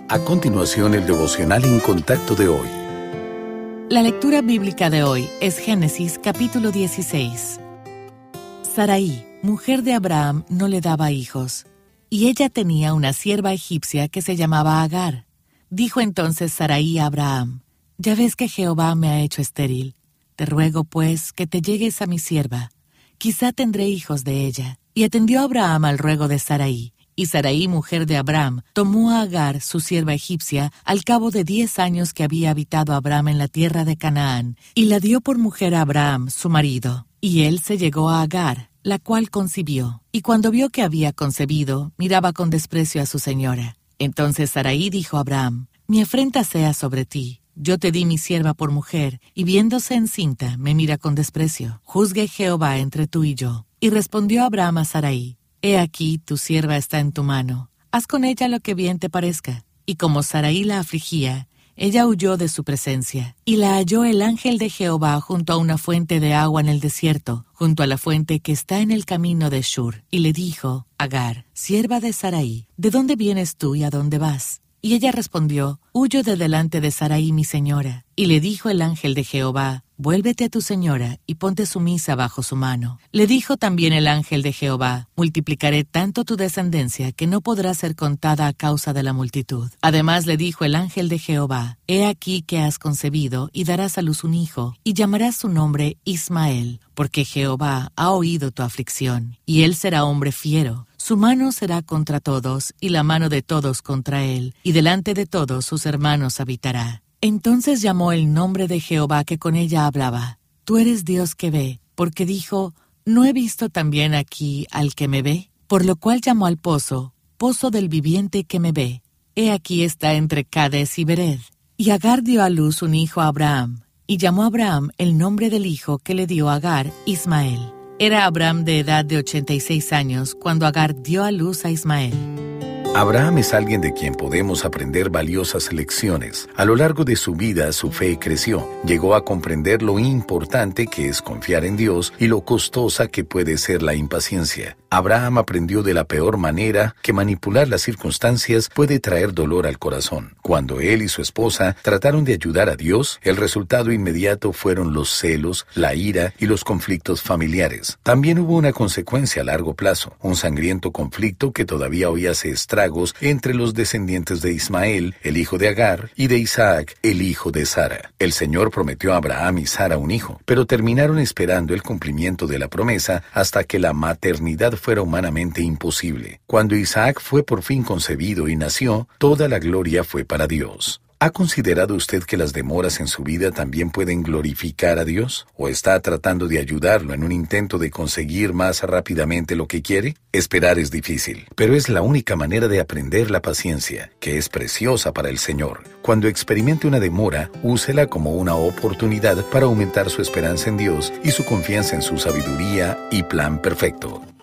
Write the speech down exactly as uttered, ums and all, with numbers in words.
A continuación, el devocional en contacto de hoy. La lectura bíblica de hoy es Génesis capítulo dieciséis. Sarai, mujer de Abraham, no le daba hijos, y ella tenía una sierva egipcia que se llamaba Agar. Dijo entonces Sarai a Abraham: «Ya ves que Jehová me ha hecho estéril. Te ruego, pues, que te llegues a mi sierva. Quizá tendré hijos de ella». Y atendió Abraham al ruego de Sarai. Y Sarai, mujer de Abraham, tomó a Agar, su sierva egipcia, al cabo de diez años que había habitado Abraham en la tierra de Canaán, y la dio por mujer a Abraham, su marido. Y él se llegó a Agar, la cual concibió. Y cuando vio que había concebido, miraba con desprecio a su señora. Entonces Sarai dijo a Abraham: «Mi afrenta sea sobre ti. Yo te di mi sierva por mujer, y viéndose encinta, me mira con desprecio. Juzgue Jehová entre tú y yo». Y respondió Abraham a Sarai: «He aquí, tu sierva está en tu mano. Haz con ella lo que bien te parezca». Y como Sarai la afligía, ella huyó de su presencia. Y la halló el ángel de Jehová junto a una fuente de agua en el desierto, junto a la fuente que está en el camino de Shur. Y le dijo: «Agar, sierva de Sarai, ¿de dónde vienes tú y a dónde vas?». Y ella respondió: «Huyo de delante de Sarai mi señora». Y le dijo el ángel de Jehová: «Vuélvete a tu señora y ponte sumisa bajo su mano». Le dijo también el ángel de Jehová: «Multiplicaré tanto tu descendencia que no podrá ser contada a causa de la multitud». Además le dijo el ángel de Jehová: «He aquí que has concebido y darás a luz un hijo, y llamarás su nombre Ismael, porque Jehová ha oído tu aflicción, y él será hombre fiero. Su mano será contra todos, y la mano de todos contra él, y delante de todos sus hermanos habitará». Entonces llamó el nombre de Jehová que con ella hablaba: «Tú eres Dios que ve», porque dijo: «¿No he visto también aquí al que me ve?». Por lo cual llamó al pozo: «Pozo del viviente que me ve». He aquí está entre Cades y Bered. Y Agar dio a luz un hijo a Abraham, y llamó a Abraham el nombre del hijo que le dio a Agar, Ismael. Era Abraham de edad de ochenta y seis años cuando Agar dio a luz a Ismael. Abraham es alguien de quien podemos aprender valiosas lecciones. A lo largo de su vida, su fe creció. Llegó a comprender lo importante que es confiar en Dios y lo costosa que puede ser la impaciencia. Abraham aprendió de la peor manera que manipular las circunstancias puede traer dolor al corazón. Cuando él y su esposa trataron de ayudar a Dios, el resultado inmediato fueron los celos, la ira y los conflictos familiares. También hubo una consecuencia a largo plazo, un sangriento conflicto que todavía hoy hace estragos entre los descendientes de Ismael, el hijo de Agar, y de Isaac, el hijo de Sara. El Señor prometió a Abraham y Sara un hijo, pero terminaron esperando el cumplimiento de la promesa hasta que la maternidad fuera humanamente imposible. Cuando Isaac fue por fin concebido y nació, toda la gloria fue para Dios. ¿Ha considerado usted que las demoras en su vida también pueden glorificar a Dios? ¿O está tratando de ayudarlo en un intento de conseguir más rápidamente lo que quiere? Esperar es difícil, pero es la única manera de aprender la paciencia, que es preciosa para el Señor. Cuando experimente una demora, úsela como una oportunidad para aumentar su esperanza en Dios y su confianza en su sabiduría y plan perfecto.